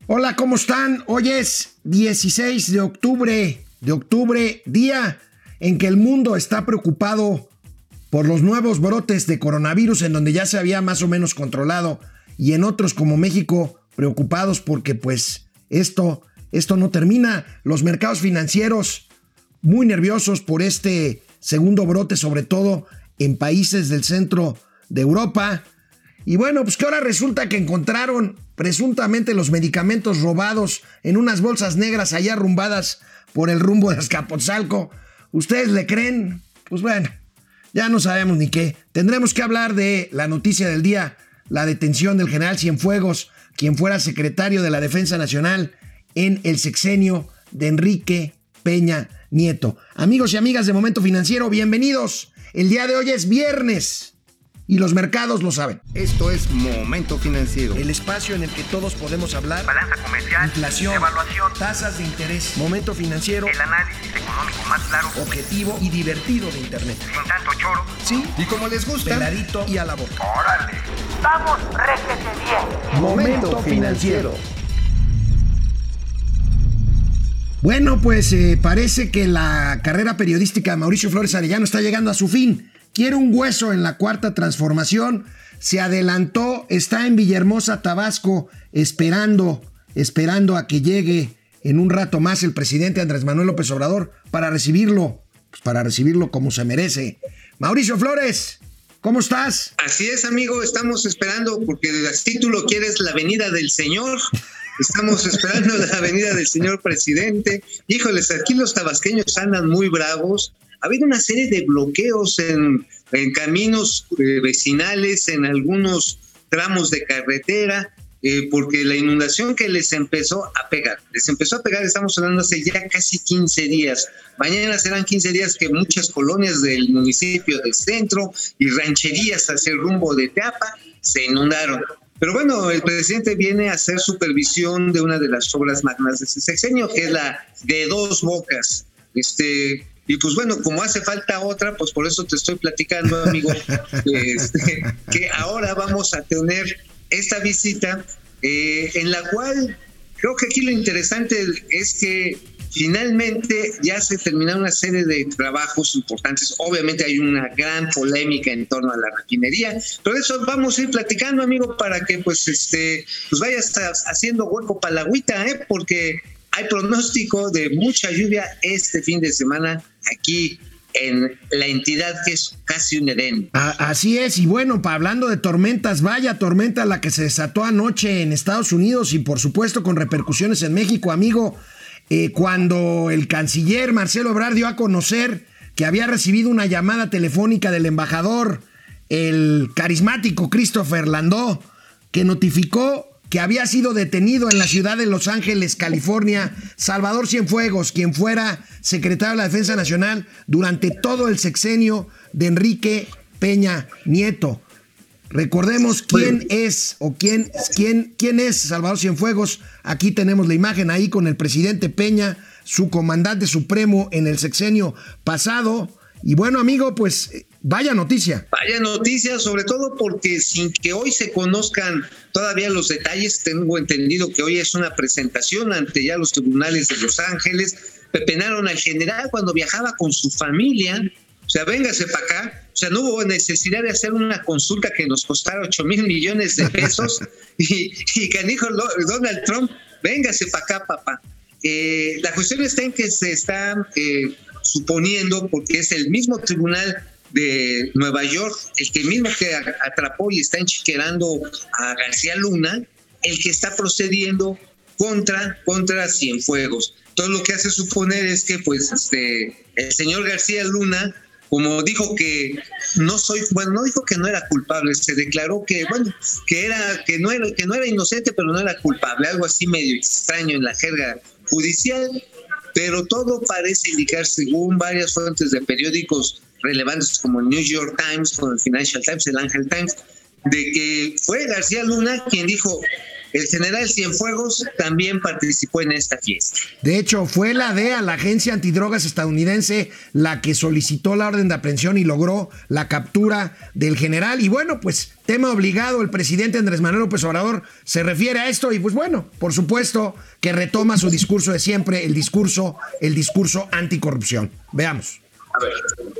Hola, ¿cómo están? Hoy es 16 de octubre, día en que el mundo está preocupado por los nuevos brotes de coronavirus en donde ya se había más o menos controlado y en otros como México preocupados porque pues esto no termina. Los mercados financieros muy nerviosos por este segundo brote, sobre todo en países del centro de Europa. Y bueno, pues que ahora resulta que encontraron presuntamente los medicamentos robados en unas bolsas negras allá arrumbadas por el rumbo de Azcapotzalco. ¿Ustedes le creen? Pues bueno, ya no sabemos ni qué. Tendremos que hablar de la noticia del día, la detención del general Cienfuegos, quien fuera secretario de la Defensa Nacional en el sexenio de Enrique Peña Nieto. Amigos y amigas de Momento Financiero, bienvenidos. El día de hoy es viernes. Y los mercados lo saben. Esto es Momento Financiero. El espacio en el que todos podemos hablar. Balanza comercial, inflación, evaluación, tasas de interés. Momento Financiero. El análisis económico más claro, objetivo y divertido de Internet. sin tanto choro. Sí. Y como les gusta, Peladito y a la boca. ¡Órale! ¡Vamos, réjete bien! Momento Financiero. Bueno, pues parece que la carrera periodística de Mauricio Flores Arellano está llegando a su fin. Quiere un hueso en la Cuarta Transformación, se adelantó, está en Villahermosa, Tabasco, esperando a que llegue en un rato más el presidente Andrés Manuel López Obrador para recibirlo como se merece. Mauricio Flores, ¿cómo estás? Así es, amigo, estamos esperando porque el título quieres la venida del señor. Estamos esperando la venida del señor presidente. Híjoles, aquí los tabasqueños andan muy bravos. Ha habido una serie de bloqueos en caminos vecinales, en algunos tramos de carretera, porque la inundación que les empezó a pegar, estamos hablando hace ya casi 15 días. Mañana serán 15 días que muchas colonias del municipio del centro y rancherías hacia el rumbo de Teapa se inundaron. Pero bueno, el presidente viene a hacer supervisión de una de las obras magnas de ese sexenio, que es la de Dos Bocas. Y pues bueno, como hace falta otra, pues por eso te estoy platicando, amigo, que ahora vamos a tener esta visita en la cual creo que aquí lo interesante es que finalmente ya se terminaron una serie de trabajos importantes. Obviamente hay una gran polémica en torno a la refinería, pero eso vamos a ir platicando, amigo, para que pues vayas haciendo hueco para la agüita, porque hay pronóstico de mucha lluvia este fin de semana aquí en la entidad que es casi un Edén. Así es, y bueno, hablando de tormentas, vaya tormenta la que se desató anoche en Estados Unidos y por supuesto con repercusiones en México, amigo, cuando el canciller Marcelo Ebrard dio a conocer que había recibido una llamada telefónica del embajador, el carismático Christopher Landó, que notificó que había sido detenido en la ciudad de Los Ángeles, California, Salvador Cienfuegos, quien fuera secretario de la Defensa Nacional durante todo el sexenio de Enrique Peña Nieto. Recordemos quién es Salvador Cienfuegos. Aquí tenemos la imagen ahí con el presidente Peña, su comandante supremo en el sexenio pasado. Y bueno, amigo, pues vaya noticia. Vaya noticia, sobre todo porque sin que hoy se conozcan todavía los detalles, tengo entendido que hoy es una presentación ante ya los tribunales de Los Ángeles. Pepenaron al general cuando viajaba con su familia. O sea, véngase para acá. O sea, no hubo necesidad de hacer una consulta que nos costara 8,000 millones de pesos. y canijo Donald Trump, véngase para acá, papá. La cuestión está en que se está suponiendo, porque es el mismo tribunal de Nueva York, el mismo que atrapó y está enchiquerando a García Luna, el que está procediendo contra Cienfuegos. Todo lo que hace suponer es que pues el señor García Luna, como dijo que no dijo que no era culpable, se declaró que no era inocente, pero no era culpable, algo así medio extraño en la jerga judicial, pero todo parece indicar, según varias fuentes de periódicos relevantes como el New York Times, como el Financial Times, el Angel Times, de que fue García Luna quien dijo, el general Cienfuegos también participó en esta fiesta. De hecho, fue la DEA, la agencia antidrogas estadounidense, la que solicitó la orden de aprehensión y logró la captura del general. Y bueno, pues tema obligado, el presidente Andrés Manuel López Obrador se refiere a esto y pues bueno, por supuesto que retoma su discurso de siempre, el discurso anticorrupción. Veamos. A ver.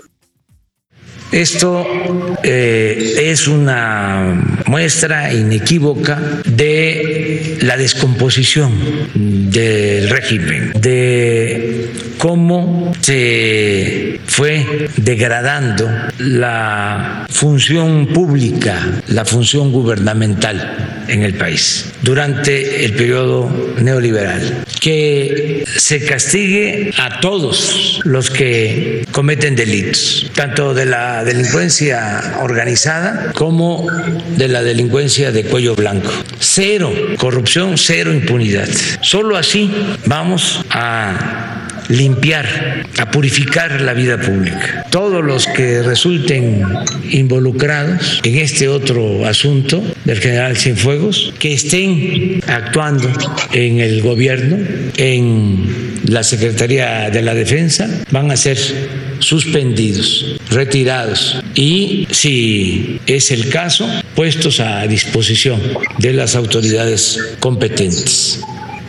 Esto es una muestra inequívoca de la descomposición del régimen, de cómo se fue degradando la función pública, la función gubernamental en el país durante el periodo neoliberal. Que se castigue a todos los que cometen delitos, tanto de la delincuencia organizada como de la delincuencia de cuello blanco. Cero corrupción, cero impunidad. Solo así vamos a limpiar, a purificar la vida pública. Todos los que resulten involucrados en este otro asunto del general Cienfuegos, que estén actuando en el gobierno, en la Secretaría de la Defensa, van a ser suspendidos, retirados y, si es el caso, puestos a disposición de las autoridades competentes.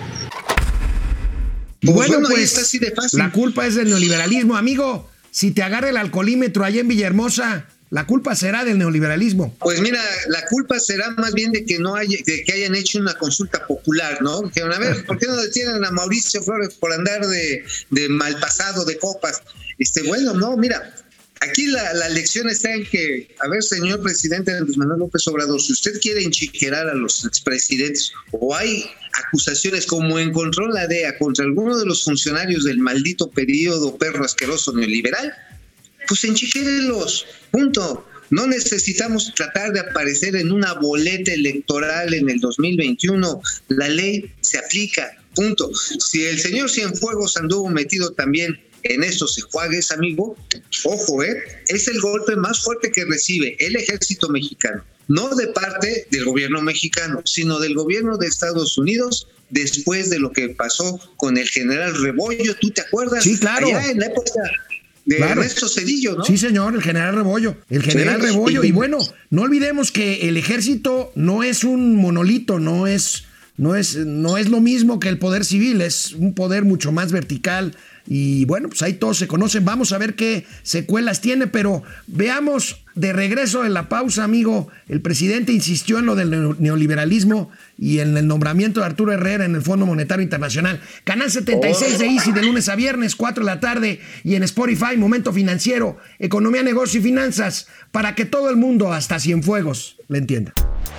Y bueno, ahí pues está así de fácil. La culpa es del neoliberalismo. Amigo, si te agarra el alcoholímetro allá en Villahermosa, la culpa será del neoliberalismo. Pues mira, la culpa será más bien de que de que hayan hecho una consulta popular, ¿no? Dijeron, a ver, ¿por qué no detienen a Mauricio Flores por andar de mal pasado, de copas? Bueno, no, mira, aquí la lección está en que, a ver, señor presidente Andrés Manuel López Obrador, si usted quiere enchiquerar a los expresidentes o hay acusaciones como encontró la DEA contra alguno de los funcionarios del maldito periodo perro asqueroso neoliberal, pues enchiquérenlos, punto. No necesitamos tratar de aparecer en una boleta electoral en el 2021. La ley se aplica, punto. Si el señor Cienfuegos anduvo metido también en estos enjuagues, amigo, ojo, es el golpe más fuerte que recibe el ejército mexicano, no de parte del gobierno mexicano, sino del gobierno de Estados Unidos, después de lo que pasó con el general Rebollo. ¿Tú te acuerdas? Sí, claro. Allá en la época de Ernesto Zedillo, ¿no? Sí, señor, el general Rebollo. Y bueno, no olvidemos que el ejército no es un monolito, no es lo mismo que el poder civil, es un poder mucho más vertical. Y bueno, pues ahí todos se conocen. Vamos a ver qué secuelas tiene, pero veamos de regreso en la pausa, amigo. El presidente insistió en lo del neoliberalismo y en el nombramiento de Arturo Herrera en el Fondo Monetario Internacional. Canal 76 de Easy de lunes a viernes, 4 de la tarde, y en Spotify, Momento Financiero, Economía, Negocio y Finanzas, para que todo el mundo, hasta Cienfuegos, le entienda.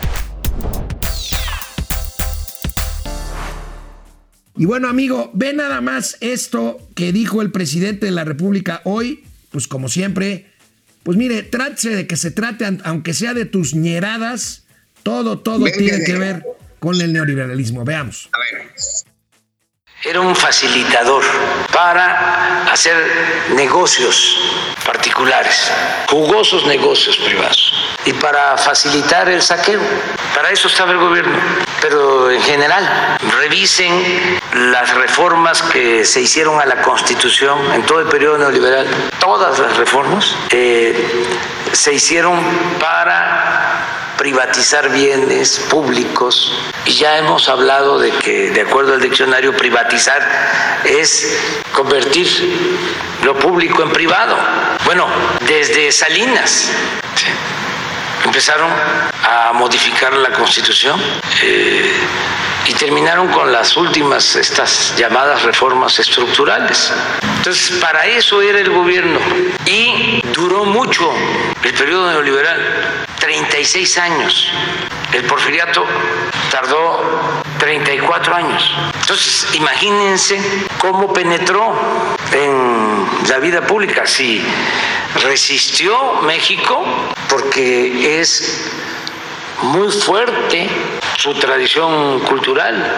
Y bueno, amigo, ve nada más esto que dijo el presidente de la República hoy. Pues como siempre, pues mire, trátese de que se trate, aunque sea de tus ñeradas, todo tiene que ver con el neoliberalismo. Veamos. A ver. Era un facilitador para hacer negocios particulares, jugosos negocios privados, y para facilitar el saqueo. Para eso estaba el gobierno. Pero en general, revisen las reformas que se hicieron a la Constitución en todo el periodo neoliberal. Todas las reformas se hicieron para privatizar bienes públicos, y ya hemos hablado de que, de acuerdo al diccionario, privatizar es convertir lo público en privado. Bueno, desde Salinas empezaron a modificar la Constitución y terminaron con las últimas, estas llamadas reformas estructurales. Entonces, para eso era el gobierno, y duró mucho el periodo neoliberal, 36 años. El porfiriato tardó 34 años. Entonces, imagínense cómo penetró en la vida pública. Si resistió México, porque es muy fuerte su tradición cultural.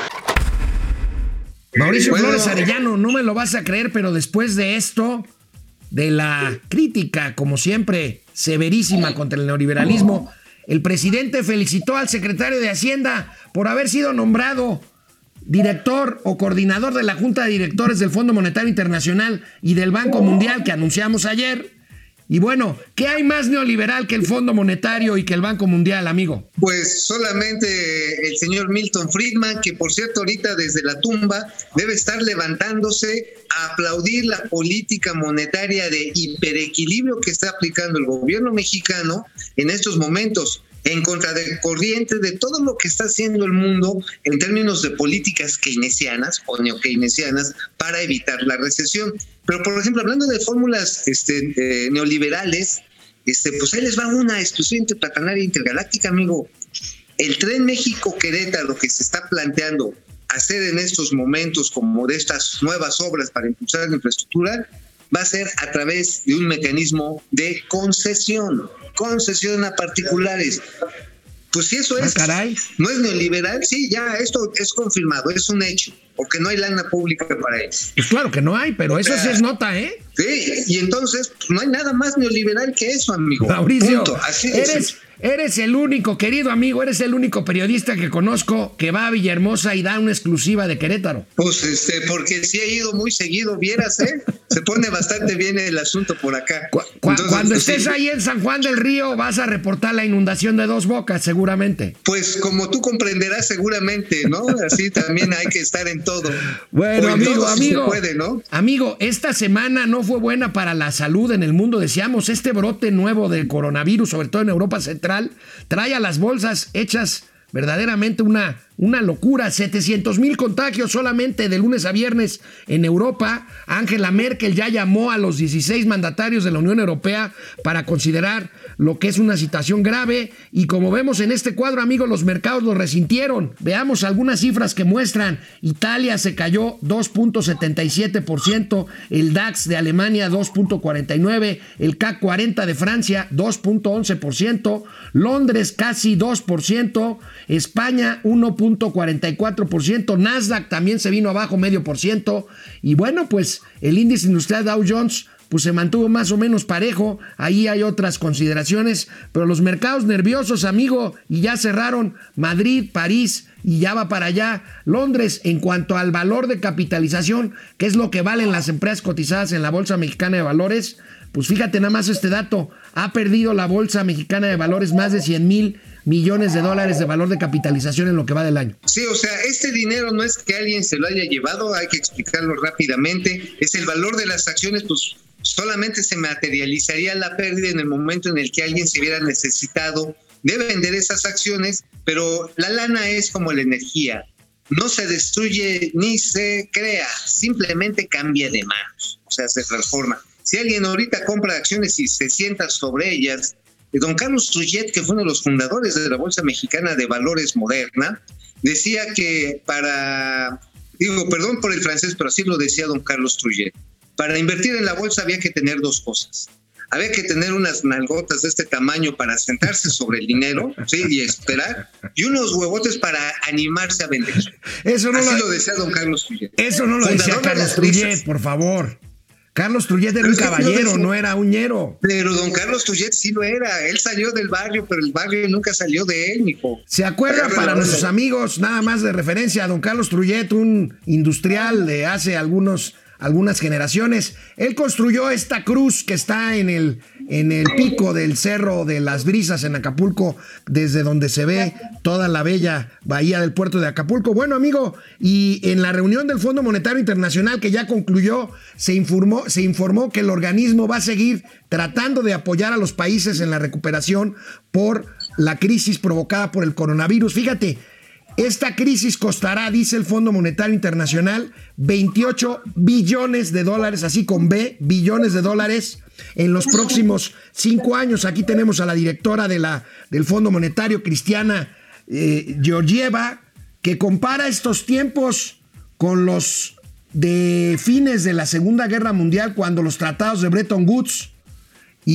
Mauricio Flores Arellano, no me lo vas a creer, pero después de esto, de la crítica, como siempre, severísima contra el neoliberalismo, el presidente felicitó al secretario de Hacienda por haber sido nombrado director o coordinador de la Junta de Directores del Fondo Monetario Internacional y del Banco Mundial que anunciamos ayer. Y bueno, ¿qué hay más neoliberal que el Fondo Monetario y que el Banco Mundial, amigo? Pues solamente el señor Milton Friedman, que por cierto ahorita desde la tumba debe estar levantándose a aplaudir la política monetaria de hiperequilibrio que está aplicando el gobierno mexicano en estos momentos, en contracorriente de todo lo que está haciendo el mundo en términos de políticas keynesianas o neokeynesianas para evitar la recesión. Pero, por ejemplo, hablando de fórmulas neoliberales, pues ahí les va una exclusión interplatanaria intergaláctica, amigo. El tren México-Querétaro que se está planteando hacer en estos momentos como de estas nuevas obras para impulsar la infraestructura va a ser a través de un mecanismo de concesión a particulares. Pues si eso es, no es neoliberal, sí, ya esto es confirmado, es un hecho, porque no hay lana pública para eso. Pues claro que no hay, pero eso sí es nota, ¿eh? Sí, y entonces pues no hay nada más neoliberal que eso, amigo. Mauricio, eres el único, querido amigo, eres el único periodista que conozco que va a Villahermosa y da una exclusiva de Querétaro. Pues porque sí he ido muy seguido, vieras, se pone bastante bien el asunto por acá. Entonces, cuando estés ahí en San Juan del Río vas a reportar la inundación de Dos Bocas, seguramente. Pues como tú comprenderás seguramente, ¿no? Así también hay que estar en todo. Bueno, amigo, si se puede, ¿no? Amigo, esta semana no fue buena para la salud en el mundo. Decíamos, este brote nuevo del coronavirus, sobre todo en Europa Central, trae a las bolsas hechas verdaderamente una locura. 700,000 contagios solamente de lunes a viernes en Europa. Angela Merkel ya llamó a los 16 mandatarios de la Unión Europea para considerar lo que es una situación grave. Y como vemos en este cuadro, amigos, los mercados lo resintieron. Veamos algunas cifras que muestran. Italia se cayó 2.77%, el DAX de Alemania 2.49%, el CAC 40 de Francia 2.11%, Londres casi 2%, España 1.44%, Nasdaq también se vino abajo 0.5%, y bueno, pues el índice industrial Dow Jones pues se mantuvo más o menos parejo. Ahí hay otras consideraciones, pero los mercados nerviosos, amigo, y ya cerraron Madrid, París, y ya va para allá Londres. En cuanto al valor de capitalización, que es lo que valen las empresas cotizadas en la Bolsa Mexicana de Valores, pues fíjate nada más este dato: ha perdido la Bolsa Mexicana de Valores más de 100,000 millones de dólares de valor de capitalización en lo que va del año. Sí, o sea, este dinero no es que alguien se lo haya llevado, hay que explicarlo rápidamente. Es el valor de las acciones, pues solamente se materializaría la pérdida en el momento en el que alguien se viera necesitado de vender esas acciones, pero la lana es como la energía, no se destruye ni se crea, simplemente cambia de manos, o sea, se transforma. Si alguien ahorita compra acciones y se sienta sobre ellas, don Carlos Trullet, que fue uno de los fundadores de la Bolsa Mexicana de Valores moderna, decía que perdón por el francés, pero así lo decía don Carlos Trullet, para invertir en la bolsa había que tener dos cosas. Había que tener unas nalgotas de este tamaño para sentarse sobre el dinero, ¿sí? Y esperar, y unos huevotes para animarse a vender. Así lo decía don Carlos Trullet. Eso no lo decía Carlos Trullet, por favor. Carlos Trullet era un caballero, no era un ñero. Pero don Carlos Trullet sí lo era. Él salió del barrio, pero el barrio nunca salió de él, mijo. ¿Se acuerda, para nuestros amigos, nada más de referencia a don Carlos Trullet, un industrial de hace algunas generaciones? Él construyó esta cruz que está en el pico del Cerro de las Brisas en Acapulco, desde donde se ve toda la bella bahía del puerto de Acapulco. Bueno, amigo, y en la reunión del Fondo Monetario Internacional que ya concluyó, se informó que el organismo va a seguir tratando de apoyar a los países en la recuperación por la crisis provocada por el coronavirus. Fíjate, esta crisis costará, dice el Fondo Monetario Internacional, 28 billones de dólares, así con B, billones de dólares en los próximos 5 años. Aquí tenemos a la directora del Fondo Monetario, Cristiana Georgieva, que compara estos tiempos con los de fines de la Segunda Guerra Mundial, cuando los tratados de Bretton Woods, y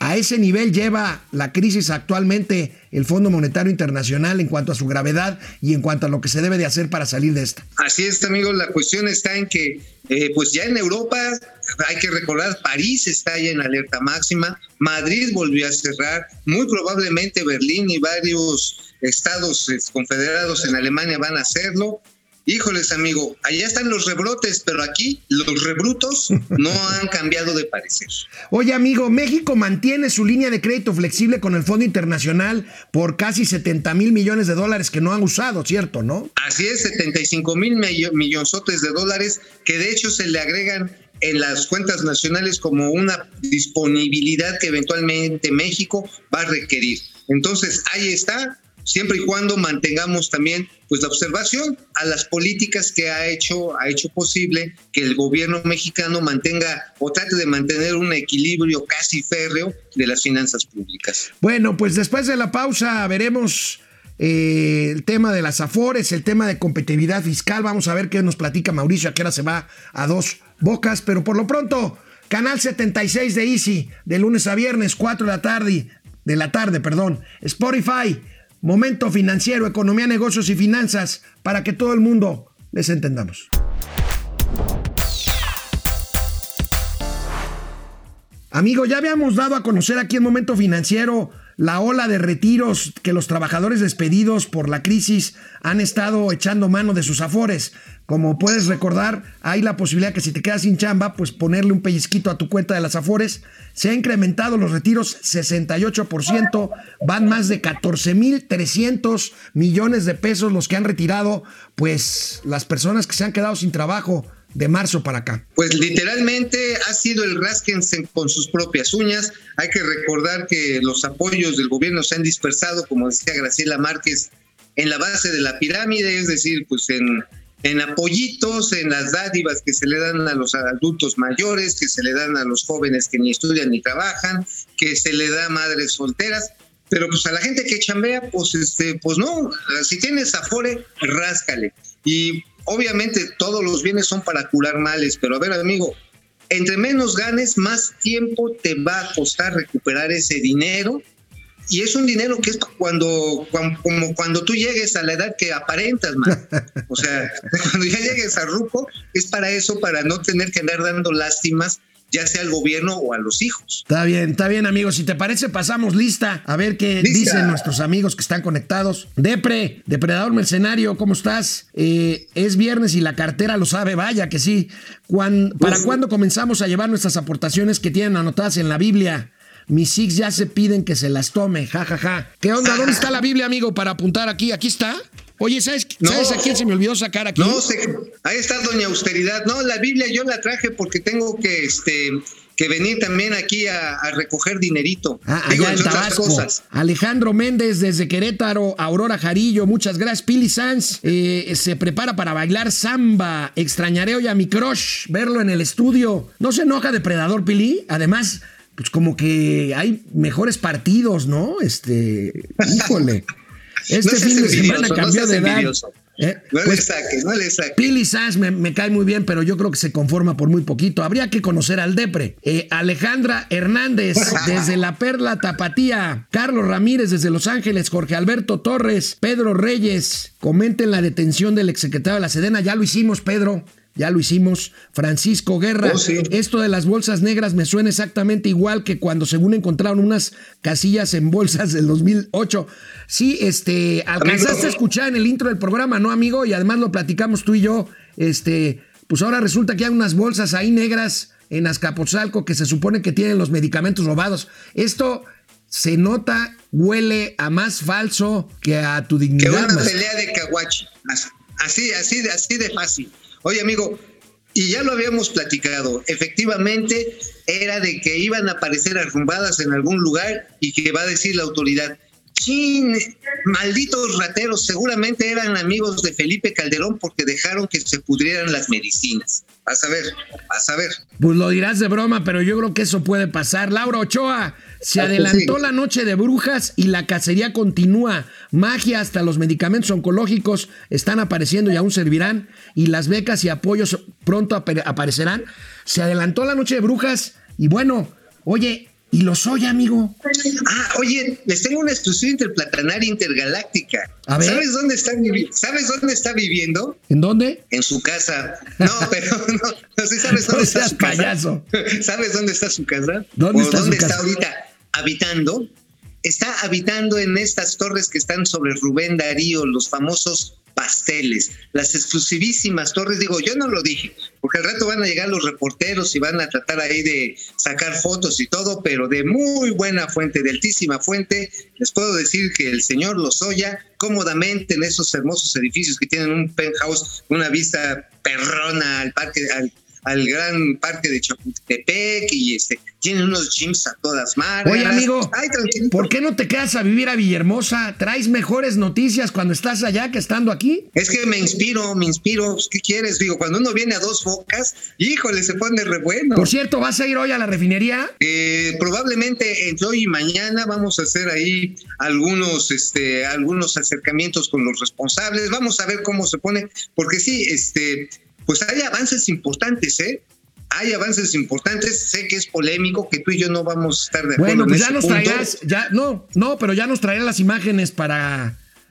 A ese nivel lleva la crisis actualmente el Fondo Monetario Internacional en cuanto a su gravedad y en cuanto a lo que se debe de hacer para salir de esta. Así es, amigo, la cuestión está en que pues ya en Europa, hay que recordar, París está ya en alerta máxima, Madrid volvió a cerrar, muy probablemente Berlín y varios estados confederados en Alemania van a hacerlo. Híjoles, amigo, allá están los rebrotes, pero aquí los rebrutos no han cambiado de parecer. Oye, amigo, México mantiene su línea de crédito flexible con el Fondo Internacional por casi 70 mil millones de dólares que no han usado, ¿cierto, no? Así es, 75 mil millonzotes de dólares que de hecho se le agregan en las cuentas nacionales como una disponibilidad que eventualmente México va a requerir. Entonces, ahí está. Siempre y cuando mantengamos también pues la observación a las políticas que ha hecho posible que el gobierno mexicano mantenga o trate de mantener un equilibrio casi férreo de las finanzas públicas. Bueno, pues después de la pausa veremos el tema de las Afores, el tema de competitividad fiscal. Vamos a ver qué nos platica Mauricio, a qué hora se va a Dos Bocas, pero por lo pronto, Canal 76 de Easy, de lunes a viernes, 4 de la tarde, Spotify, Momento Financiero, economía, negocios y finanzas, para que todo el mundo les entendamos. Amigo, ya habíamos dado a conocer aquí en Momento Financiero la ola de retiros que los trabajadores despedidos por la crisis han estado echando mano de sus Afores. Como puedes recordar, hay la posibilidad que si te quedas sin chamba, pues ponerle un pellizquito a tu cuenta de las Afores. Se ha incrementado los retiros 68%, van más de 14,300 millones de pesos los que han retirado, pues las personas que se han quedado sin trabajo de marzo para acá. Pues literalmente ha sido el rásquense con sus propias uñas. Hay que recordar que los apoyos del gobierno se han dispersado, como decía Graciela Márquez, en la base de la pirámide, es decir, pues en apoyitos, en las dádivas que se le dan a los adultos mayores, que se le dan a los jóvenes que ni estudian ni trabajan, que se le da a madres solteras. Pero pues a la gente que chambea, pues no, si tienes Afore, ráscale. Y obviamente todos los bienes son para curar males, pero a ver, amigo, entre menos ganes, más tiempo te va a costar recuperar ese dinero. Y es un dinero que es como cuando tú llegues a la edad que aparentas, man. O sea, cuando ya llegues a ruco, es para eso, para no tener que andar dando lástimas, ya sea al gobierno o a los hijos. Está bien, amigos. Si te parece, pasamos lista a ver qué dicen nuestros amigos que están conectados. Depredador Mercenario, ¿cómo estás? Es viernes y la cartera lo sabe, vaya que sí. ¿Para cuándo comenzamos a llevar nuestras aportaciones que tienen anotadas en la Biblia? Mis Six ya se piden que se las tome, jajaja. ¿Qué onda? ¿Dónde está la Biblia, amigo, para apuntar aquí? ¿Aquí está? Oye, ¿sabes a quién se me olvidó sacar aquí? No sé, ahí está Doña Austeridad. No, la Biblia yo la traje porque tengo que venir también aquí a recoger dinerito. Allá en Tabasco. Alejandro Méndez desde Querétaro, Aurora Jarillo, muchas gracias. Pili Sanz se prepara para bailar samba. Extrañaré hoy a mi crush, verlo en el estudio. ¿No se enoja Depredador, Pili? Además, pues como que hay mejores partidos, ¿no? Híjole. Fin de semana cambió de edad. No le saques. Pili Sanz me cae muy bien, pero yo creo que se conforma por muy poquito. Habría que conocer al Depre. Alejandra Hernández desde La Perla Tapatía. Carlos Ramírez desde Los Ángeles. Jorge Alberto Torres. Pedro Reyes. Comenten la detención del exsecretario de la Sedena. Ya lo hicimos, Pedro. Ya lo hicimos. Francisco Guerra. Sí. Esto de las bolsas negras me suena exactamente igual que cuando según encontraron unas casillas en bolsas del 2008. Sí, alcanzaste a escuchar en el intro del programa, ¿no, amigo? Y además lo platicamos tú y yo. Pues ahora resulta que hay unas bolsas ahí negras en Azcapotzalco que se supone que tienen los medicamentos robados. Esto se nota, huele a más falso que a tu dignidad. Que una pelea de caguachi. Así de fácil. Oye, amigo, y ya lo habíamos platicado, efectivamente era de que iban a aparecer arrumbadas en algún lugar y que va a decir la autoridad, ¡chin! Malditos rateros, seguramente eran amigos de Felipe Calderón porque dejaron que se pudrieran las medicinas. Vas a ver. Pues lo dirás de broma, pero yo creo que eso puede pasar. Laura Ochoa, se adelantó la noche de brujas y la cacería continúa. Magia, hasta los medicamentos oncológicos están apareciendo y aún servirán. Y las becas y apoyos pronto aparecerán. Se adelantó la noche de brujas y bueno, oye, Y Lozoya, amigo. Oye, les tengo una exclusiva interplatanaria intergaláctica. A ver. ¿Sabes dónde está viviendo? ¿En dónde? En su casa. No, pero no sé, ¿sabes dónde está su casa? Payaso. ¿Sabes dónde está su casa? ¿Dónde está su casa? Está ahorita habitando? Está habitando en estas torres que están sobre Rubén Darío, los famosos pasteles, las exclusivísimas torres. Digo, yo no lo dije, porque al rato van a llegar los reporteros y van a tratar ahí de sacar fotos y todo, pero de muy buena fuente, de altísima fuente, les puedo decir que el señor Lozoya, cómodamente en esos hermosos edificios que tienen un penthouse, una vista perrona al parque, al gran parque de Chapultepec, y tienen unos gyms a todas marcas. Oye, amigo, ¿por qué no te quedas a vivir a Villahermosa? ¿Traes mejores noticias cuando estás allá que estando aquí? Es que me inspiro. ¿Qué quieres? Digo, cuando uno viene a Dos Bocas, híjole, se pone re bueno. Por cierto, ¿vas a ir hoy a la refinería? Probablemente entre hoy y mañana vamos a hacer ahí algunos acercamientos con los responsables. Vamos a ver cómo se pone, porque sí, pues hay avances importantes, ¿eh? Hay avances importantes. Sé que es polémico, que tú y yo no vamos a estar de acuerdo. Bueno, pues en ya nos punto. traerás, pero ya nos traerás las imágenes para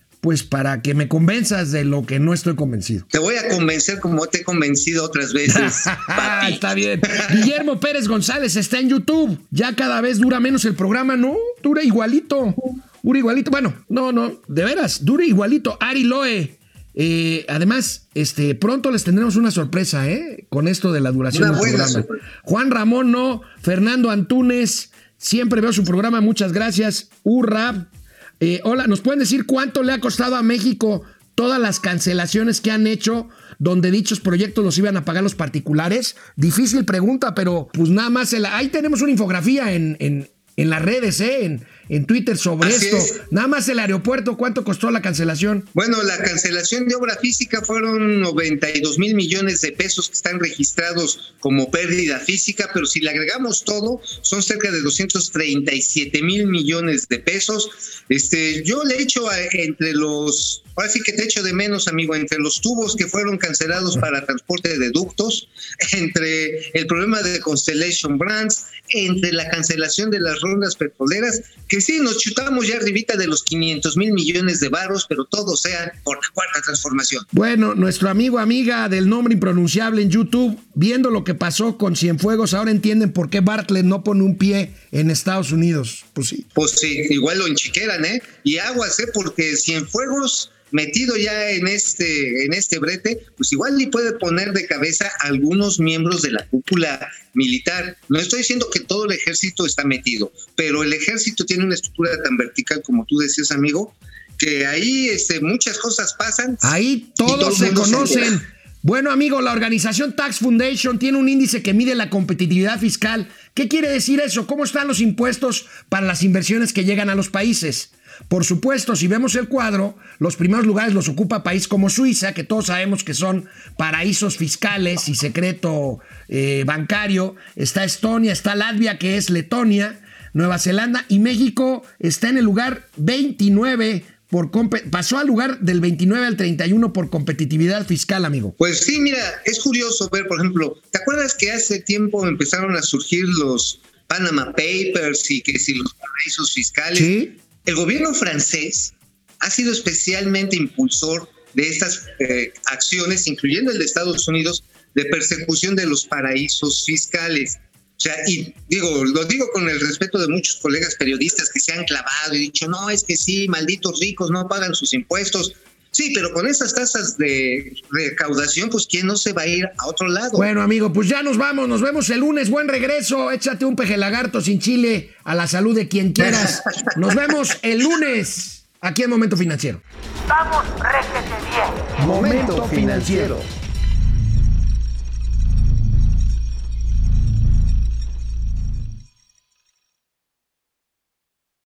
que me convenzas de lo que no estoy convencido. Te voy a convencer como te he convencido otras veces, papi. Está bien. Guillermo Pérez González está en YouTube. Ya cada vez dura menos el programa, ¿no? Dura igualito. Bueno, no, de veras, dura igualito. Ari Loe. Además, pronto les tendremos una sorpresa, con esto de la duración del programa. Sorpresa. Juan Ramón, no. Fernando Antunes, siempre veo su programa, muchas gracias. Urrab, hola, ¿nos pueden decir cuánto le ha costado a México todas las cancelaciones que han hecho, donde dichos proyectos los iban a pagar los particulares? Difícil pregunta, pero pues nada más, ahí tenemos una infografía en las redes, en Twitter sobre Así esto. Es. Nada más el aeropuerto, ¿cuánto costó la cancelación? Bueno, la cancelación de obra física fueron 92,000 millones de pesos que están registrados como pérdida física, pero si le agregamos todo, son cerca de 237,000 millones de pesos. Yo le echo ahora sí que te echo de menos, amigo, entre los tubos que fueron cancelados para transporte de ductos, entre el problema de Constellation Brands, entre la cancelación de las rondas petroleras, que sí, nos chutamos ya arribita de los 500,000 millones de varos, pero todo sea por la cuarta transformación. Bueno, nuestro amiga del nombre impronunciable en YouTube, viendo lo que pasó con Cienfuegos, ahora entienden por qué Bartlett no pone un pie en Estados Unidos. Pues sí, igual lo enchiqueran, y aguas, porque Cienfuegos metido ya en este brete, pues igual le puede poner de cabeza a algunos miembros de la cúpula militar. No estoy diciendo que todo el ejército está metido, pero el ejército tiene una estructura tan vertical, como tú decías, amigo, que ahí muchas cosas pasan. Ahí todos se conocen. Bueno, amigo, la organización Tax Foundation tiene un índice que mide la competitividad fiscal. ¿Qué quiere decir eso? ¿Cómo están los impuestos para las inversiones que llegan a los países? Por supuesto, si vemos el cuadro, los primeros lugares los ocupa países como Suiza, que todos sabemos que son paraísos fiscales y secreto bancario. Está Estonia, está Latvia, que es Letonia, Nueva Zelanda, y México está en el lugar 29, pasó al lugar del 29 al 31 por competitividad fiscal, amigo. Pues sí, mira, es curioso ver, por ejemplo, ¿te acuerdas que hace tiempo empezaron a surgir los Panama Papers y que si los paraísos fiscales? Sí. El gobierno francés ha sido especialmente impulsor de estas acciones, incluyendo el de Estados Unidos, de persecución de los paraísos fiscales. O sea, y lo digo con el respeto de muchos colegas periodistas que se han clavado y dicho, no, es que sí, malditos ricos no pagan sus impuestos. Sí, pero con esas tasas de recaudación, pues ¿quién no se va a ir a otro lado? Bueno, amigo, pues ya nos vamos. Nos vemos el lunes. Buen regreso. Échate un peje lagarto sin chile a la salud de quien quieras. Nos vemos el lunes aquí en Momento Financiero. Vamos, réjete bien. Momento Financiero.